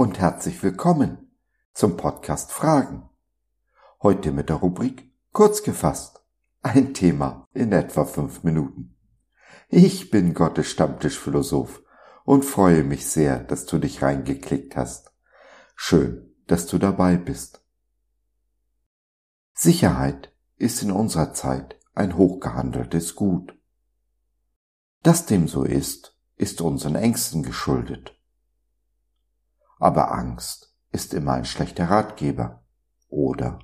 und herzlich willkommen zum Podcast Fragen. Heute mit der Rubrik Kurz gefasst. Ein Thema in etwa 5 Minuten. Ich bin Gottes Stammtischphilosoph und freue mich sehr, dass du dich reingeklickt hast. Schön, dass du dabei bist. Sicherheit ist in unserer Zeit ein hochgehandeltes Gut. Dass dem so ist unseren Ängsten geschuldet. Aber Angst ist immer ein schlechter Ratgeber, oder?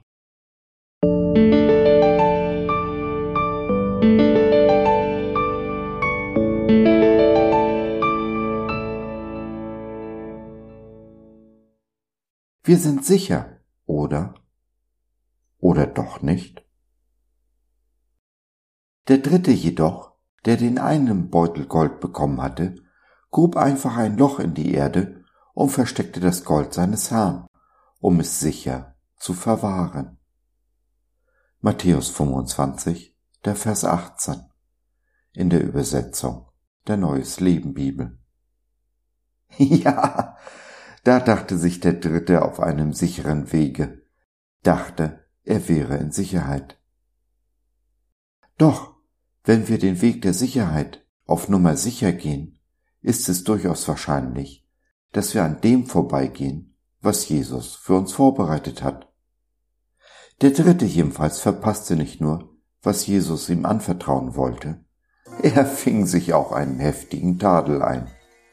Wir sind sicher, oder? Oder doch nicht? Der Dritte jedoch, der den einen Beutel Gold bekommen hatte, grub einfach ein Loch in die Erde und versteckte das Gold seines Herrn, um es sicher zu verwahren. Matthäus 25, der Vers 18, in der Übersetzung der Neues Leben Bibel. Ja, da dachte sich der Dritte auf einem sicheren Wege, dachte, er wäre in Sicherheit. Doch, wenn wir den Weg der Sicherheit auf Nummer sicher gehen, ist es durchaus wahrscheinlich, dass wir an dem vorbeigehen, was Jesus für uns vorbereitet hat. Der Dritte jedenfalls verpasste nicht nur, was Jesus ihm anvertrauen wollte, er fing sich auch einen heftigen Tadel ein.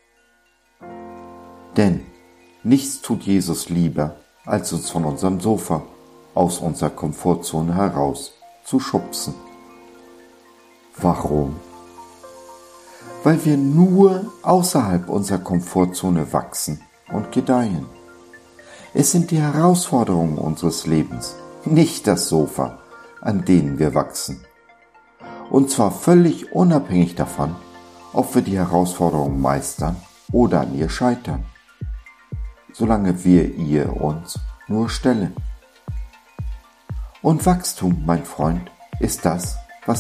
Denn nichts tut Jesus lieber, als uns von unserem Sofa aus unserer Komfortzone heraus zu schubsen. Warum? Weil wir nur außerhalb unserer Komfortzone wachsen und gedeihen. Es sind die Herausforderungen unseres Lebens, nicht das Sofa, an denen wir wachsen. Und zwar völlig unabhängig davon, ob wir die Herausforderungen meistern oder an ihr scheitern, solange wir ihr uns nur stellen. Und Wachstum, mein Freund, ist das,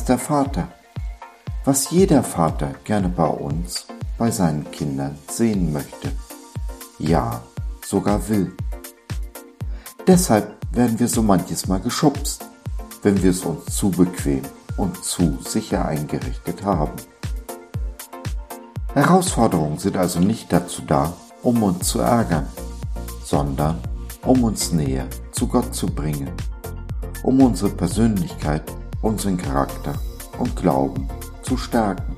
was jeder Vater gerne bei uns, bei seinen Kindern sehen möchte. Ja, sogar will. Deshalb werden wir so manches Mal geschubst, wenn wir es uns zu bequem und zu sicher eingerichtet haben. Herausforderungen sind also nicht dazu da, um uns zu ärgern, sondern um uns näher zu Gott zu bringen, um unsere Persönlichkeit, unseren Charakter und Glauben zu stärken.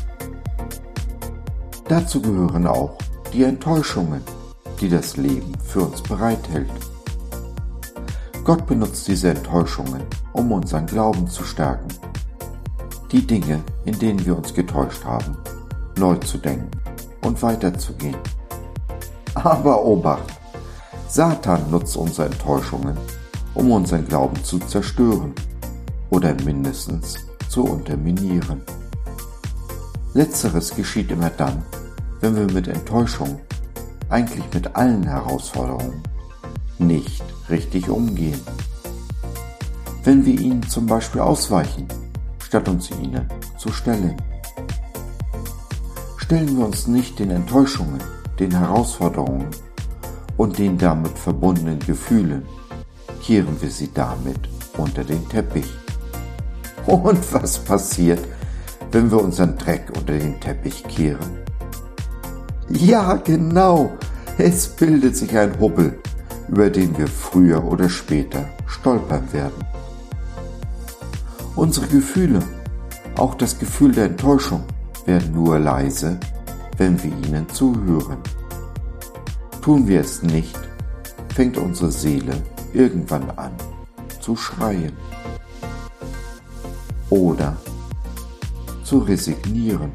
Dazu gehören auch die Enttäuschungen, die das Leben für uns bereithält. Gott benutzt diese Enttäuschungen, um unseren Glauben zu stärken, die Dinge, in denen wir uns getäuscht haben, neu zu denken und weiterzugehen. Aber Obacht! Satan nutzt unsere Enttäuschungen, um unseren Glauben zu zerstören oder mindestens zu unterminieren. Letzteres geschieht immer dann, wenn wir mit Enttäuschung, eigentlich mit allen Herausforderungen, nicht richtig umgehen. Wenn wir ihnen zum Beispiel ausweichen, statt uns ihnen zu stellen. Stellen wir uns nicht den Enttäuschungen, den Herausforderungen und den damit verbundenen Gefühlen, kehren wir sie damit unter den Teppich. Und was passiert, wenn wir unseren Dreck unter den Teppich kehren? Ja, genau, es bildet sich ein Hubbel, über den wir früher oder später stolpern werden. Unsere Gefühle, auch das Gefühl der Enttäuschung, werden nur leise, wenn wir ihnen zuhören. Tun wir es nicht, fängt unsere Seele irgendwann an zu schreien. Oder zu resignieren.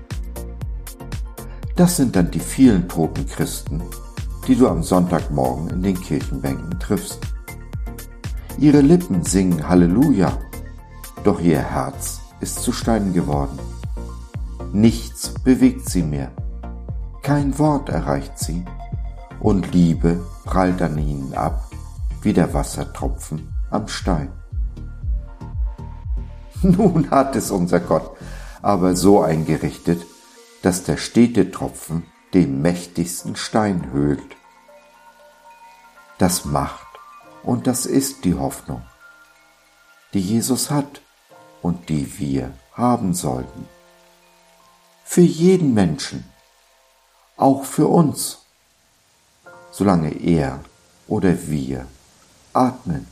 Das sind dann die vielen toten Christen, die du am Sonntagmorgen in den Kirchenbänken triffst. Ihre Lippen singen Halleluja, doch ihr Herz ist zu Stein geworden. Nichts bewegt sie mehr, kein Wort erreicht sie, und Liebe prallt an ihnen ab wie der Wassertropfen am Stein. Nun hat es unser Gott aber so eingerichtet, dass der stete Tropfen den mächtigsten Stein höhlt. Das macht und das ist die Hoffnung, die Jesus hat und die wir haben sollten. Für jeden Menschen, auch für uns, solange er oder wir atmen.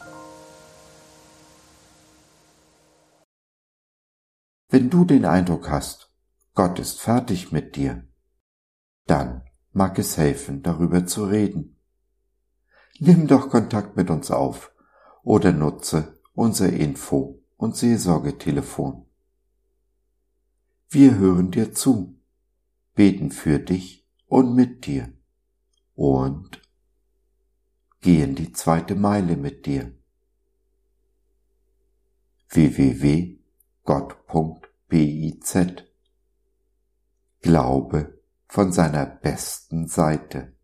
Wenn du den Eindruck hast, Gott ist fertig mit dir, dann mag es helfen, darüber zu reden. Nimm doch Kontakt mit uns auf oder nutze unser Info- und Seelsorgetelefon. Wir hören dir zu, beten für dich und mit dir und gehen die 2. Meile mit dir. www.gott.biz Glaube von seiner besten Seite.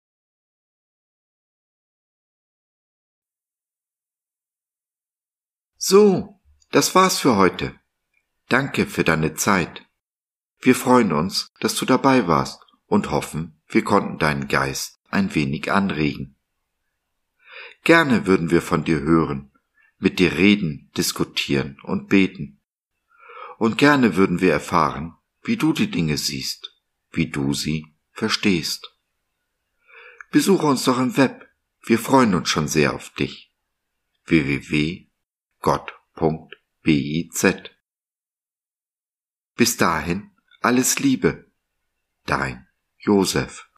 So, das war's für heute. Danke für deine Zeit. Wir freuen uns, dass du dabei warst und hoffen, wir konnten deinen Geist ein wenig anregen. Gerne würden wir von dir hören, mit dir reden, diskutieren und beten. Und gerne würden wir erfahren, wie du die Dinge siehst, wie du sie verstehst. Besuche uns doch im Web, wir freuen uns schon sehr auf dich. www.gott.biz Bis dahin, alles Liebe, dein Josef.